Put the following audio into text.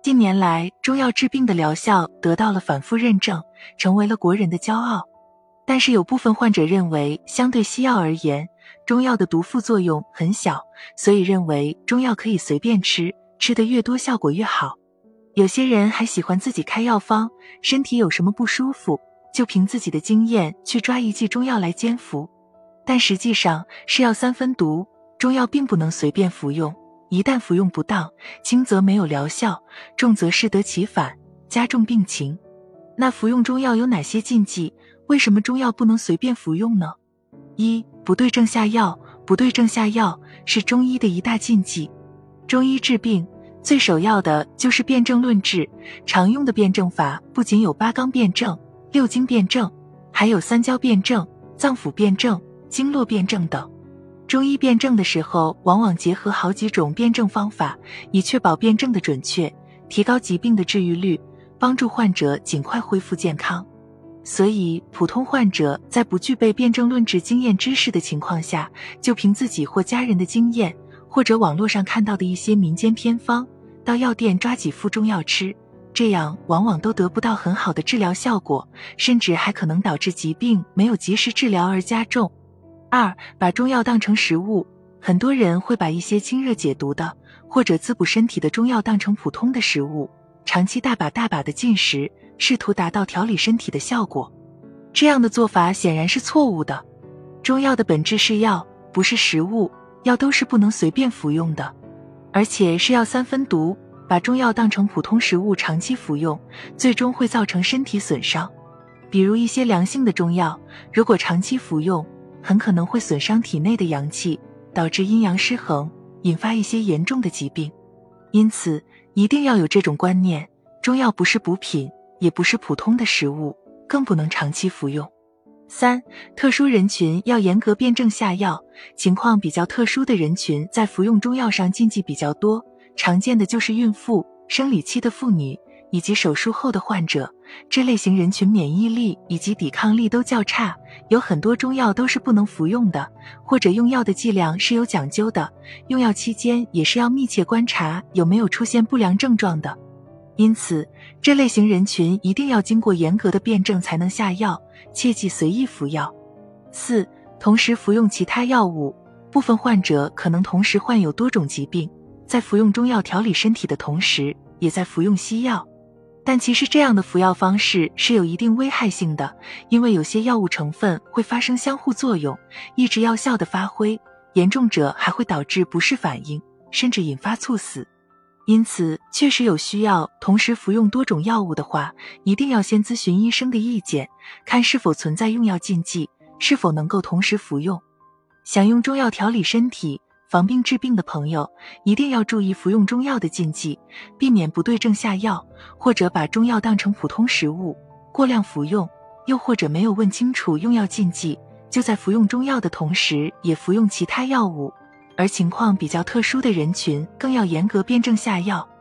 近年来，中药治病的疗效得到了反复认证，成为了国人的骄傲。但是有部分患者认为，相对西药而言，中药的毒副作用很小，所以认为中药可以随便吃，吃得越多效果越好。有些人还喜欢自己开药方，身体有什么不舒服，就凭自己的经验去抓一剂中药来煎服。但实际上，是药三分毒，中药并不能随便服用，一旦服用不当，轻则没有疗效，重则适得其反，加重病情。那服用中药有哪些禁忌？为什么中药不能随便服用呢？一、不对症下药。不对症下药是中医的一大禁忌。中医治病最首要的就是辨证论治，常用的辨证法不仅有八纲辨证、六经辨证，还有三焦辨证、脏腑辨证、经络辨证等。中医辨证的时候，往往结合好几种辨证方法，以确保辨证的准确，提高疾病的治愈率，帮助患者尽快恢复健康。所以，普通患者在不具备辨证论治经验知识的情况下，就凭自己或家人的经验，或者网络上看到的一些民间偏方，到药店抓几副中药吃，这样往往都得不到很好的治疗效果，甚至还可能导致疾病没有及时治疗而加重。二、把中药当成食物。很多人会把一些清热解毒的，或者滋补身体的中药当成普通的食物，长期大把的进食，试图达到调理身体的效果。这样的做法显然是错误的。中药的本质是药，不是食物，药都是不能随便服用的。而且是药三分毒，把中药当成普通食物长期服用，最终会造成身体损伤。比如一些凉性的中药，如果长期服用，很可能会损伤体内的阳气，导致阴阳失衡，引发一些严重的疾病。因此，一定要有这种观念，中药不是补品，也不是普通的食物，更不能长期服用。三、特殊人群要严格辨证下药。情况比较特殊的人群在服用中药上禁忌比较多，常见的就是孕妇、生理期的妇女以及手术后的患者。这类型人群免疫力以及抵抗力都较差，有很多中药都是不能服用的，或者用药的剂量是有讲究的，用药期间也是要密切观察有没有出现不良症状的。因此，这类型人群一定要经过严格的辨证才能下药，切忌随意服药。四、同时服用其他药物。部分患者可能同时患有多种疾病，在服用中药调理身体的同时，也在服用西药。但其实这样的服药方式是有一定危害性的，因为有些药物成分会发生相互作用，抑制药效的发挥，严重者还会导致不适反应，甚至引发猝死。因此，确实有需要同时服用多种药物的话，一定要先咨询医生的意见，看是否存在用药禁忌，是否能够同时服用。想用中药调理身体、防病治病的朋友，一定要注意服用中药的禁忌，避免不对症下药，或者把中药当成普通食物，过量服用，又或者没有问清楚用药禁忌，就在服用中药的同时也服用其他药物。而情况比较特殊的人群更要严格辨证下药，